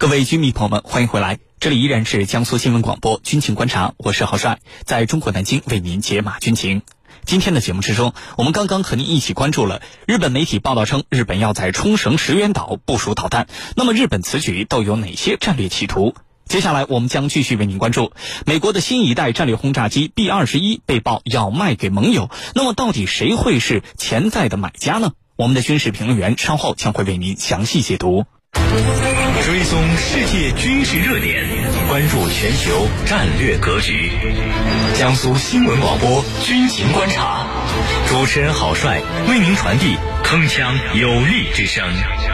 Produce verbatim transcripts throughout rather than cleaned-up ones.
各位军迷朋友们，欢迎回来，这里依然是江苏新闻广播军情观察，我是郝帅，在中国南京为您解码军情。今天的节目之中，我们刚刚和您一起关注了日本媒体报道称，日本要在冲绳石垣岛部署导弹，那么日本此举都有哪些战略企图？接下来我们将继续为您关注美国的新一代战略轰炸机 B 二十一 被曝要卖给盟友，那么到底谁会是潜在的买家呢？我们的军事评论员稍后将会为您详细解读。 追踪世界军事热点，关注全球战略格局。江苏新闻广播军情观察，主持人郝帅为您传递铿锵有力之声。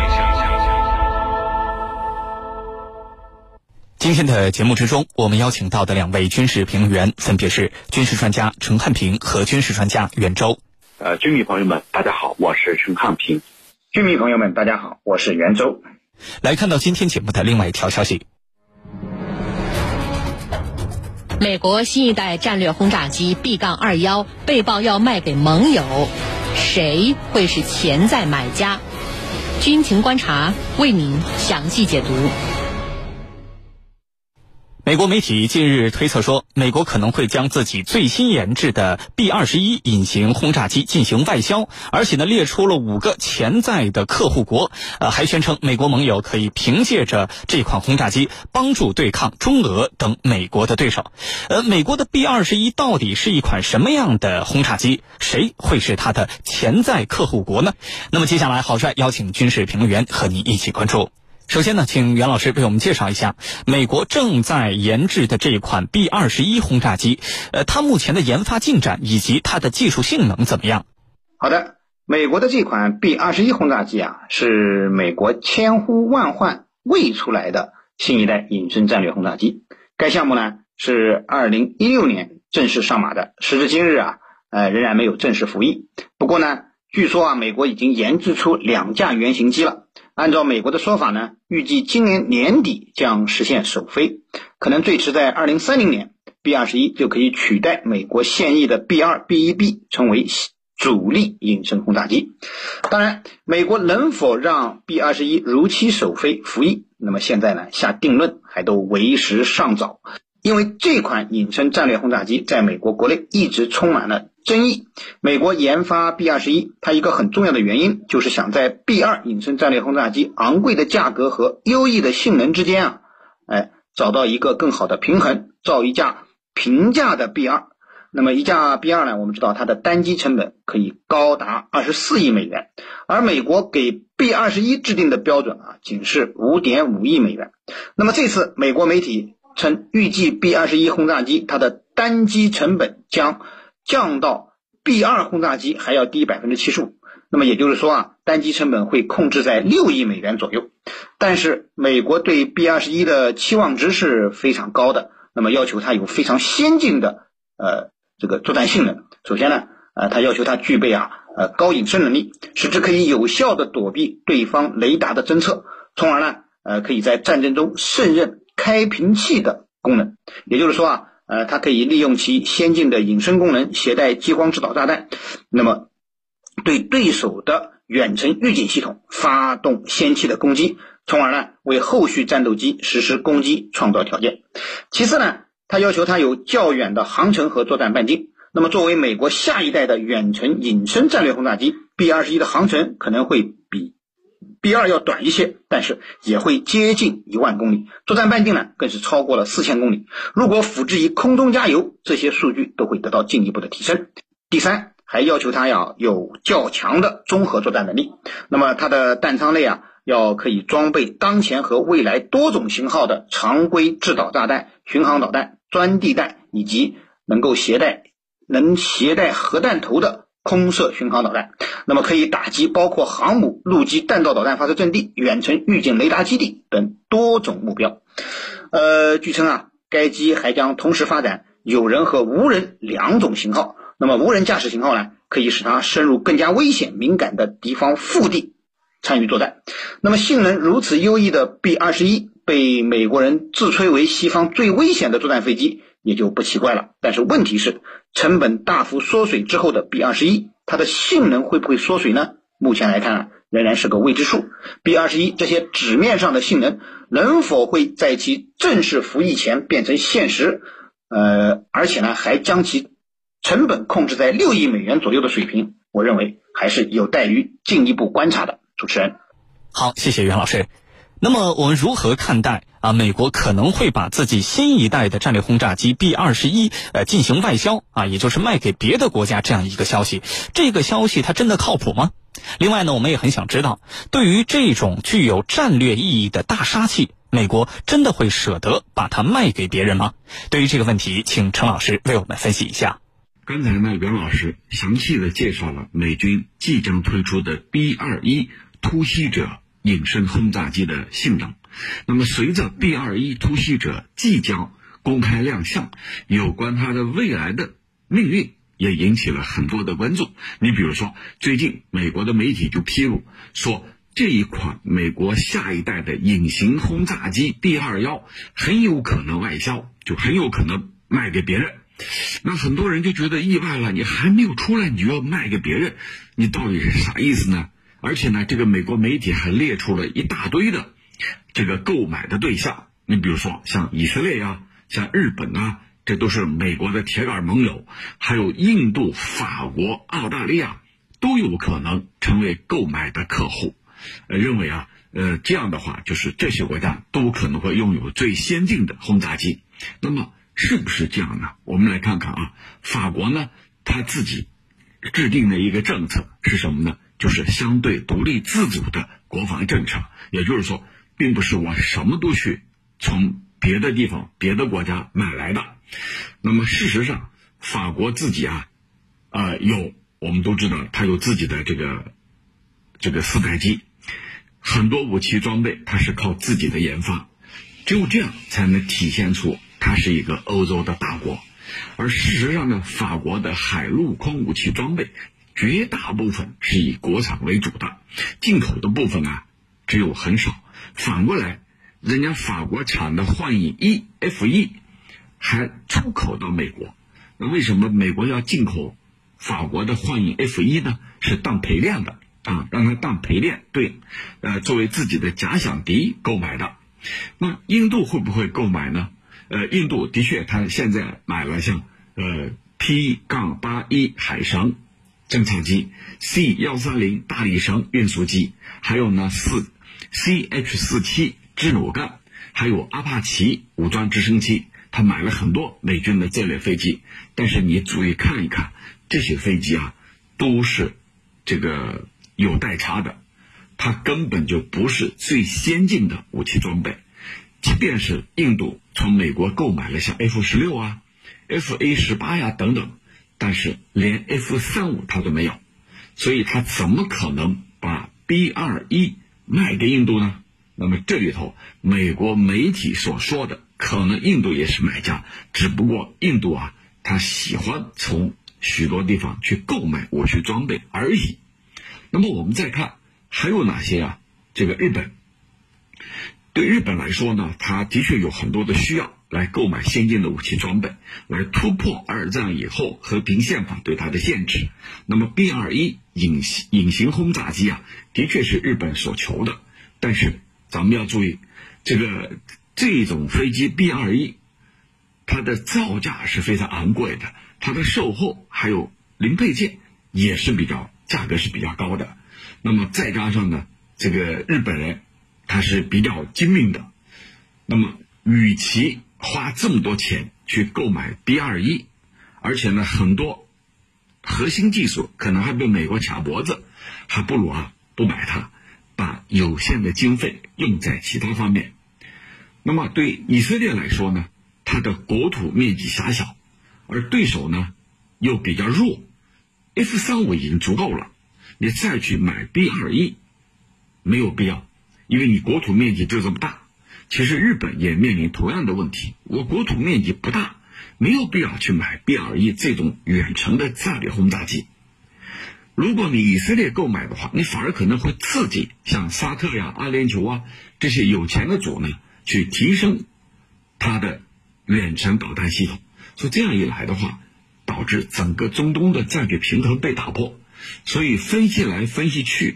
今天的节目之中，我们邀请到的两位军事评论员分别是军事专家陈汉平和军事专家袁周。 呃，军迷朋友们，大家好，我是陈汉平。 军迷朋友们，大家好，我是袁周。 来看到今天节目的另外一条消息， 美国新一代战略轰炸机 B 二十一 被曝要卖给盟友，谁会是潜在买家？军情观察为您详细解读。 美国媒体近日推测说，美国可能会将自己最新研制的 B 二十一 隐形轰炸机进行外销，而且呢列出了五个潜在的客户国，呃，还宣称美国盟友可以凭借着这款轰炸机帮助对抗中俄等美国的对手。呃，美国的 B 二十一 到底是一款什么样的轰炸机？谁会是它的潜在客户国呢？那么接下来，郝帅邀请军事评论员和您一起关注。首先呢，请袁老师为我们介绍一下美国正在研制的这款 B 二十一 轰炸机，呃，它目前的研发进展以及它的技术性能怎么样？ 好的，美国的这款 B 二十一 轰炸机啊，是美国千呼万唤喂出来的新一代隐身战略轰炸机。该项目呢是二零一六年正式上马的，时至今日啊，呃，仍然没有正式服役。不过呢，据说啊，美国已经研制出两架原型机了。按照美国的说法呢，预计今年年底将实现首飞，可能最迟在二零三零年 B 二十一 就可以取代美国现役的 B 二、B 一 B 成为主力隐身轰炸机。当然，美国能否让 B 二十一 如期首飞服役，那么现在呢下定论还都为时尚早。因为这款隐身战略轰炸机在美国国内一直充满了争议。美国研发 B 二十一， 它一个很重要的原因就是想在 B 二 隐身战略轰炸机昂贵的价格和优异的性能之间啊，哎，找到一个更好的平衡，造一架平价的 B 二。那么一架 B 二 呢，我们知道它的单机成本可以高达二十四亿美元，而美国给 B 二十一 制定的标准啊，仅是 五点五亿美元。那么这次美国媒体称，预计 B 二十一 轰炸机它的单机成本将降到 B 二 轰炸机还要低 百分之七十五， 那么也就是说啊，单机成本会控制在六亿美元左右。但是美国对 B 二十一 的期望值是非常高的，那么要求它有非常先进的呃这个作战性能。首先呢，呃它要求它具备啊呃高隐身能力，使之可以有效的躲避对方雷达的侦测，从而呢呃可以在战争中胜任开瓶器的功能。也就是说啊，呃，它可以利用其先进的隐身功能，携带激光制导炸弹，那么对对手的远程预警系统发动先期的攻击，从而呢为后续战斗机实施攻击创造条件。其次呢，它要求它有较远的航程和作战半径。那么作为美国下一代的远程隐身战略轰炸机， B 二十一 的航程可能会比B 二 要短一些，但是也会接近一万公里，作战半径呢更是超过了四千公里。如果辅之以空中加油，这些数据都会得到进一步的提升。第三，还要求它要有较强的综合作战能力。那么它的弹舱内啊，要可以装备当前和未来多种型号的常规制导炸弹、巡航导弹、钻地弹，以及能够携带能携带核弹头的空射巡航导弹，那么可以打击包括航母、陆基弹道导弹发射阵地、远程预警雷达基地等多种目标。呃，据称啊，该机还将同时发展有人和无人两种型号。那么无人驾驶型号呢，可以使它深入更加危险敏感的敌方腹地参与作战。那么性能如此优异的 B 二十一 被美国人自吹为西方最危险的作战飞机，也就不奇怪了。但是问题是，成本大幅缩水之后的 B 二十一， 它的性能会不会缩水呢？目前来看啊， 仍然是个未知数。B 二十一 这些纸面上的性能能否会在其正式服役前变成现实？呃，而且呢，还将其成本控制在六亿美元左右的水平，我认为还是有待于进一步观察的。主持人， 好，谢谢袁老师。那么我们如何看待啊美国可能会把自己新一代的战略轰炸机 B 二十一 呃进行外销啊，也就是卖给别的国家这样一个消息？这个消息它真的靠谱吗？另外呢，我们也很想知道，对于这种具有战略意义的大杀器，美国真的会舍得把它卖给别人吗？对于这个问题，请陈老师为我们分析一下。 刚才呢，袁老师详细的介绍了美军即将推出的 B 二十一 突袭者隐身轰炸机的性能。那么随着 B 二十一 突袭者即将公开亮相，有关它的未来的命运也引起了很多的关注。你比如说，最近美国的媒体就披露说，这一款美国下一代的隐形轰炸机 B 二十一 很有可能外销，就很有可能卖给别人。那很多人就觉得意外了，你还没有出来你就要卖给别人，你到底是啥意思呢？而且呢，这个美国媒体还列出了一大堆的这个购买的对象，你比如说像以色列啊，像日本啊，这都是美国的铁杆盟友，还有印度、法国、澳大利亚都有可能成为购买的客户。呃，认为啊，呃，这样的话，就是这些国家都可能会拥有最先进的轰炸机。那么是不是这样呢？我们来看看啊，法国呢，他自己制定的一个政策是什么呢？就是相对独立自主的国防政策，也就是说，并不是我什么都去从别的地方、别的国家买来的。那么事实上，法国自己啊，呃，有我们都知道，它有自己的这个这个四代机，很多武器装备它是靠自己的研发，只有这样才能体现出它是一个欧洲的大国。而事实上呢，法国的海陆空武器装备绝大部分是以国产为主的，进口的部分啊只有很少。反过来，人家法国产的幻影一 F 一还出口到美国，那为什么美国要进口法国的幻影 F 一呢？是当陪练的啊，让它当陪练，对，呃，作为自己的假想敌购买的。那印度会不会购买呢？呃，印度的确，他现在买了像呃 P 八一 海神侦察机、C 一三零 大力神运输机，还有呢四 C H 四七 支努干，还有阿帕奇武装直升机，他买了很多美军的这类飞机。但是你注意看一看，这些飞机啊，都是这个有代差的，它根本就不是最先进的武器装备。即便是印度从美国购买了像 F 十六 啊、F A 十八 呀等等，但是连 F 三十五 它都没有，所以它怎么可能把 B 二十一 卖给印度呢？那么这里头美国媒体所说的，可能印度也是买家，只不过印度啊，他喜欢从许多地方去购买武器装备而已。那么我们再看还有哪些啊？这个日本，对日本来说呢，它的确有很多的需要来购买先进的武器装备，来突破二战以后和平宪法对它的限制。那么 B 二十一 隐形隐形轰炸机啊，的确是日本所求的。但是咱们要注意，这个这种飞机 B 二十一，它的造价是非常昂贵的，它的售后还有零配件也是比较价格是比较高的。那么再加上呢，这个日本人他是比较精明的，那么与其花这么多钱去购买 B 二十一，而且呢很多核心技术可能还被美国卡脖子，还不如啊不买它，把有限的经费用在其他方面。那么对以色列来说呢，它的国土面积狭小，而对手呢又比较弱， F 三十五 已经足够了，你再去买 B 二十一没有必要，因为你国土面积就这么大。其实日本也面临同样的问题，我国土面积不大，没有必要去买 B 二十一 这种远程的战略轰炸机。如果你以色列购买的话，你反而可能会刺激像沙特呀、阿联酋啊这些有钱的主呢，去提升它的远程导弹系统。所以这样一来的话，导致整个中东的战略平衡被打破。所以分析来分析去，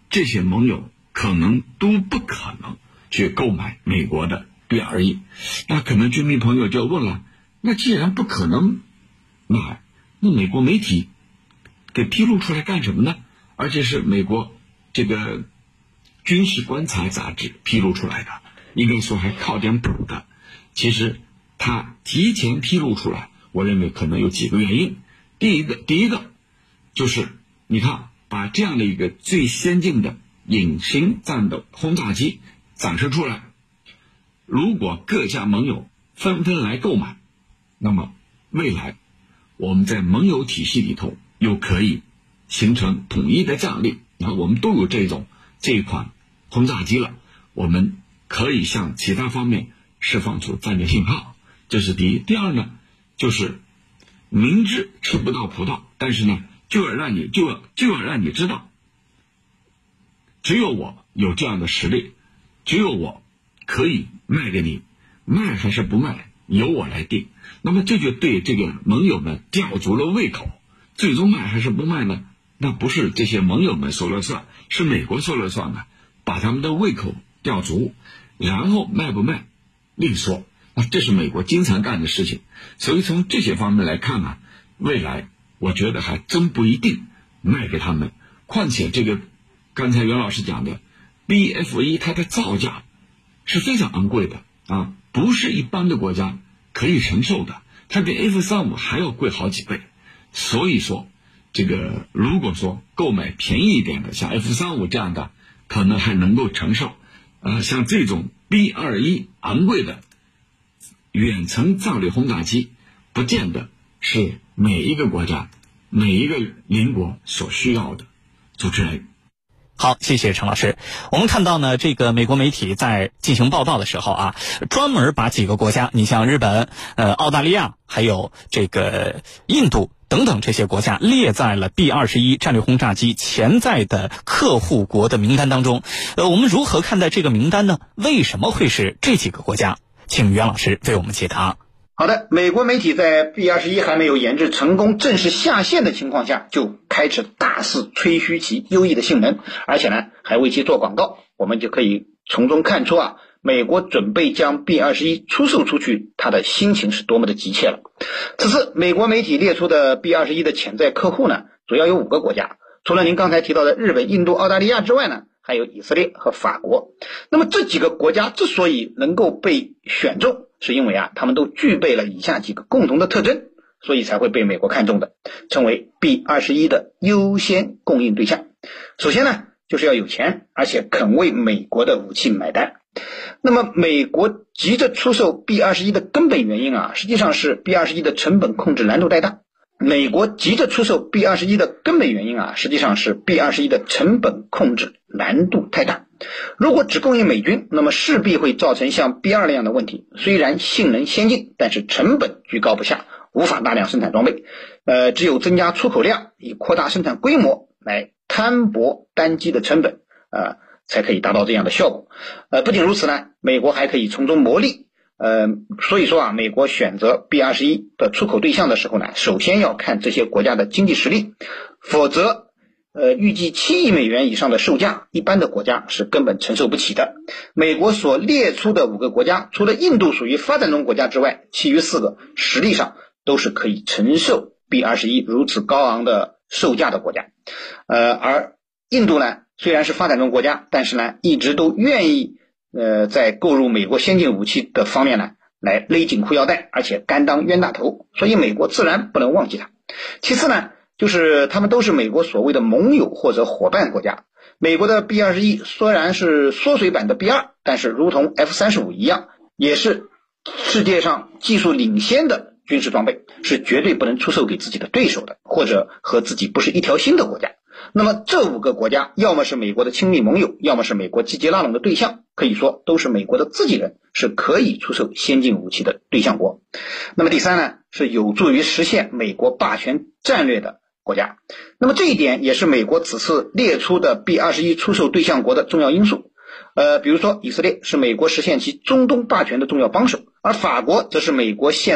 这些盟友可能都不可能去购买美国的 B 二十一。那可能军迷朋友就问了，那既然不可能买，那美国媒体给披露出来干什么呢？而且是美国这个军事观察杂志披露出来的，应该说还靠点谱的。其实他提前披露出来，我认为可能有几个原因。第一个，第一个就是你看，把这样的一个最先进的隐形战斗轰炸机展示出来，如果各家盟友纷纷来购买，那么未来我们在盟友体系里头又可以形成统一的战力。然后我们都有这种这一款轰炸机了，我们可以向其他方面释放出战略信号，这是第一。第二呢，就是明知吃不到葡萄，但是呢，就要让你就要就要让你知道，只有我有这样的实力，只有我可以卖给你，卖还是不卖，由我来定。那么这就对这个盟友们吊足了胃口。最终卖还是不卖呢？那不是这些盟友们说了算，是美国说了算的，把他们的胃口吊足，然后卖不卖另说。那这是美国经常干的事情。所以从这些方面来看呢，未来我觉得还真不一定卖给他们。况且这个刚才袁老师讲的 B F 一 它的造价是非常昂贵的啊，不是一般的国家可以承受的，它比 F 三十五 还要贵好几倍。所以说这个如果说购买便宜一点的，像 F 三十五 这样的可能还能够承受，呃，像这种 B 二十一 昂贵的远程战略轰炸机不见得是每一个国家每一个邻国所需要的。主持人， 好，谢谢陈老师。我们看到呢，这个美国媒体在进行报道的时候啊，专门把几个国家，你像日本、呃、澳大利亚，还有这个印度等等这些国家列在了 B 二十一 战略轰炸机潜在的客户国的名单当中。呃，我们如何看待这个名单呢？为什么会是这几个国家？请袁老师为我们解答。 好的，美国媒体在 B 二十一 还没有研制成功正式下线的情况下，就开始大肆吹嘘其优异的性能，而且呢还为其做广告。我们就可以从中看出啊，美国准备将 B 二十一 出售出去，他的心情是多么的急切了。此次美国媒体列出的 B 二十一 的潜在客户呢，主要有五个国家，除了您刚才提到的日本、印度、澳大利亚之外呢，还有以色列和法国。那么这几个国家之所以能够被选中，是因为啊，他们都具备了以下几个共同的特征，所以才会被美国看中的，成为 B 二十一 的优先供应对象。首先呢，就是要有钱，而且肯为美国的武器买单。那么美国急着出售 B 二十一 的根本原因啊，实际上是 B 二十一 的成本控制难度太大。美国急着出售 B 二十一 的根本原因啊，实际上是 B 二十一 的成本控制难度太大。如果只供应美军，那么势必会造成像 B 二 那样的问题，虽然性能先进，但是成本居高不下，无法大量生产装备。呃，只有增加出口量，以扩大生产规模来摊薄单机的成本，呃，才可以达到这样的效果。呃，不仅如此呢，美国还可以从中牟利。呃，所以说啊，美国选择 B 二十一 的出口对象的时候呢，首先要看这些国家的经济实力，否则呃，预计七亿美元以上的售价，一般的国家是根本承受不起的。美国所列出的五个国家，除了印度属于发展中国家之外，其余四个实力上都是可以承受 B 二十一 如此高昂的售价的国家。呃，而印度呢，虽然是发展中国家，但是呢，一直都愿意呃，在购入美国先进武器的方面呢，来勒紧裤腰带，而且甘当冤大头，所以美国自然不能忘记它。其次呢，就是他们都是美国所谓的盟友或者伙伴国家。美国的 B 二十一 虽然是缩水版的 B 二，但是如同 F 三十五 一样，也是世界上技术领先的军事装备，是绝对不能出售给自己的对手的，或者和自己不是一条心的国家。那么这五个国家要么是美国的亲密盟友，要么是美国积极拉拢的对象，可以说都是美国的自己人，是可以出售先进武器的对象国。那么第三呢，是有助于实现美国霸权战略的国家。那么这一点也是美国此次列出的 B 二十一 出售对象国的重要因素。呃，比如说以色列是美国实现其中东霸权的重要帮手，而法国则是美国现在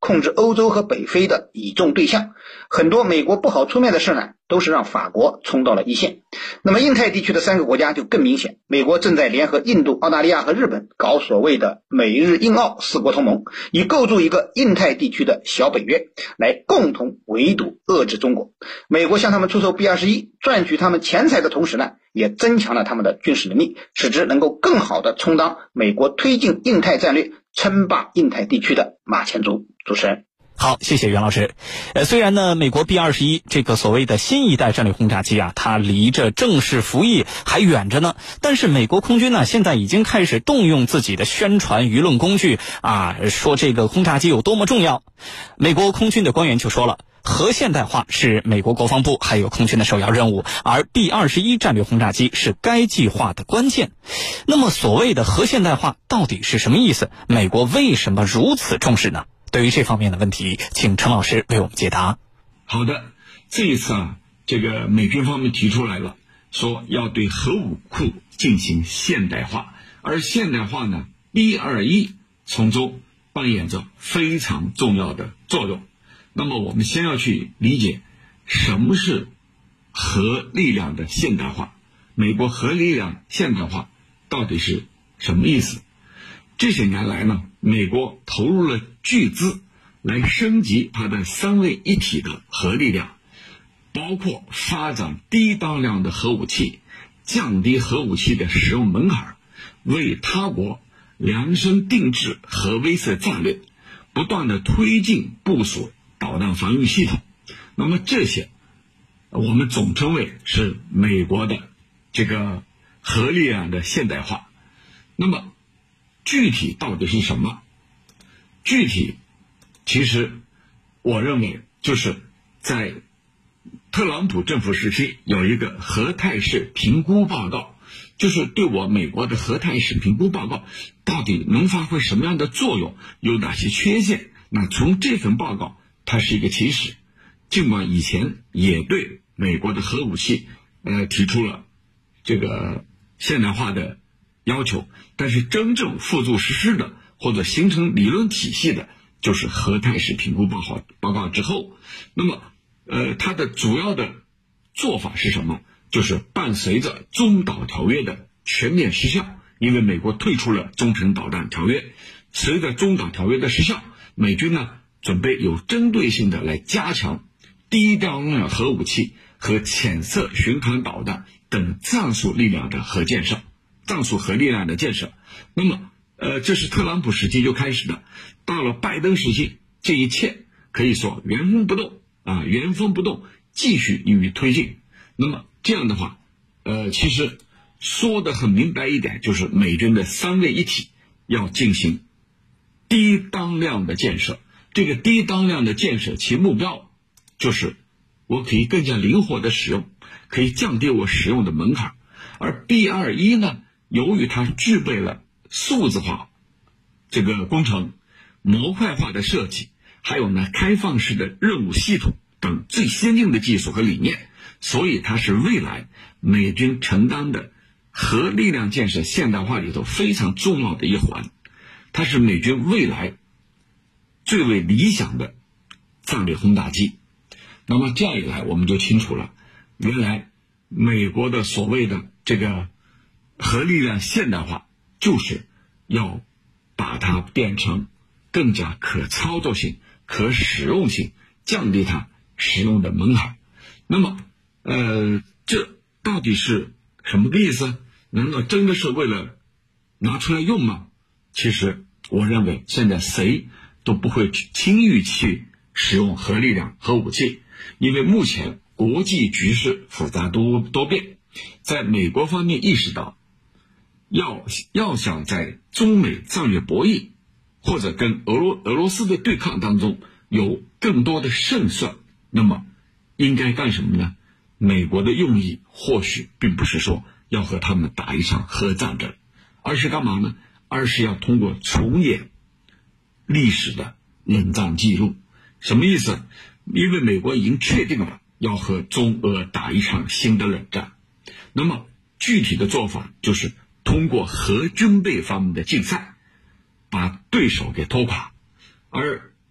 控制欧洲和北非的倚重对象。很多美国不好出面的事呢，都是让法国冲到了一线。那么印太地区的三个国家就更明显，美国正在联合印度、澳大利亚和日本搞所谓的美日印澳四国同盟，以构筑一个印太地区的小北约，来共同围堵遏制中国。美国向他们出售 B 二十一， 赚取他们钱财的同时呢，也增强了他们的军事能力，使之能够更好地充当美国推进印太战略、称霸印太地区的马前卒。主持人。 好，谢谢袁老师。呃，虽然呢，美国 B 二十一 这个所谓的新一代战略轰炸机啊，它离着正式服役还远着呢，但是美国空军呢，现在已经开始动用自己的宣传舆论工具啊，说这个轰炸机有多么重要。美国空军的官员就说了，核现代化是美国国防部还有空军的首要任务，而 B 二十一 战略轰炸机是该计划的关键。那么所谓的核现代化到底是什么意思？美国为什么如此重视呢？对于这方面的问题，请陈老师为我们解答。 好的，这一次啊，这个美军方面提出来了，说要对核武库进行现代化，而现代化呢 B 二十一 从中扮演着非常重要的作用。那么我们先要去理解什么是核力量的现代化，美国核力量现代化到底是什么意思？这些年来呢，美国投入了巨资来升级它的三位一体的核力量，包括发展低当量的核武器，降低核武器的使用门槛，为他国量身定制核威慑战略，不断的推进部署导弹防御系统。那么这些我们总称为是美国的这个核力量的现代化。那么具体到底是什么？具体其实我认为就是在特朗普政府时期有一个核态势评估报告，就是对我美国的核态势评估报告到底能发挥什么样的作用，有哪些缺陷。那从这份报告它是一个起始，尽管以前也对美国的核武器呃提出了这个现代化的要求，但是真正付诸实施的或者形成理论体系的就是核态势评估报告报告之后。那么呃，它的主要的做法是什么？就是伴随着中导条约的全面失效，因为美国退出了中程导弹条约，随着中导条约的失效，美军呢准备有针对性的来加强低当量核武器和浅色巡航导弹等战术力量的核建设，战术核力量的建设。那么呃，这是特朗普时期就开始的，到了拜登时期，这一切可以说原封不动啊，原封不动继续予以推进。那么这样的话，呃，其实说得很明白一点，就是美军的三位一体要进行低当量的建设。这个低当量的建设，其目标就是我可以更加灵活的使用，可以降低我使用的门槛。而 B 二十一 呢，由于它具备了数字化这个工程、模块化的设计，还有呢开放式的任务系统等最先进的技术和理念，所以它是未来美军承担的核力量建设现代化里头非常重要的一环。它是美军未来最为理想的战略轰炸机。那么这样一来，我们就清楚了，原来美国的所谓的这个核力量现代化，就是要把它变成更加可操作性、可使用性，降低它使用的门槛。那么呃，这到底是什么个意思？难道真的是为了拿出来用吗？其实我认为现在谁都不会去轻易去使用核力量、核武器，因为目前国际局势复杂多多变，在美国方面意识到要要想在中美战略博弈或者跟俄罗俄罗斯的对抗当中有更多的胜算，那么应该干什么呢？美国的用意或许并不是说要和他们打一场核战争，而是干嘛呢？而是要通过重演历史的冷战记录。什么意思？因为美国已经确定了要和中俄打一场新的冷战，那么具体的做法就是通过核军备方面的竞赛把对手给拖垮。而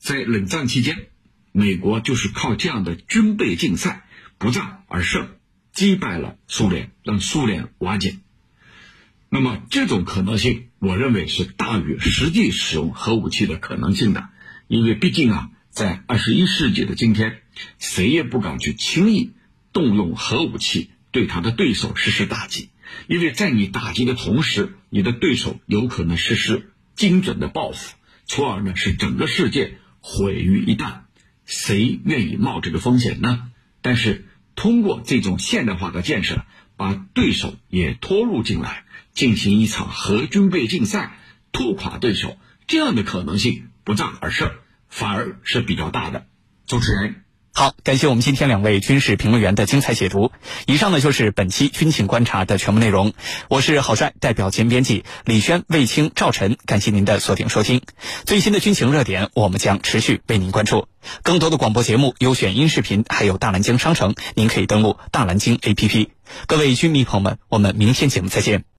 在冷战期间，美国就是靠这样的军备竞赛不战而胜，击败了苏联，让苏联瓦解。那么这种可能性，我认为是大于实际使用核武器的可能性的，因为毕竟啊，在二十一世纪的今天，谁也不敢去轻易动用核武器对他的对手实施打击，因为在你打击的同时，你的对手有可能实施精准的报复，从而呢使整个世界毁于一旦。谁愿意冒这个风险呢？但是通过这种现代化的建设，把对手也拖入进来，进行一场核军备竞赛，拖垮对手，这样的可能性不战而胜，反而是比较大的。主持人， 好，感谢我们今天两位军事评论员的精彩解读。以上呢就是本期军情观察的全部内容。我是郝帅，代表节目编辑李轩、卫青、赵晨，感谢您的锁定收听。最新的军情热点，我们将持续为您关注。更多的广播节目、优选音视频，还有大蓝鲸商城，您可以登录大蓝鲸 A P P。各位军迷朋友们，我们明天节目再见。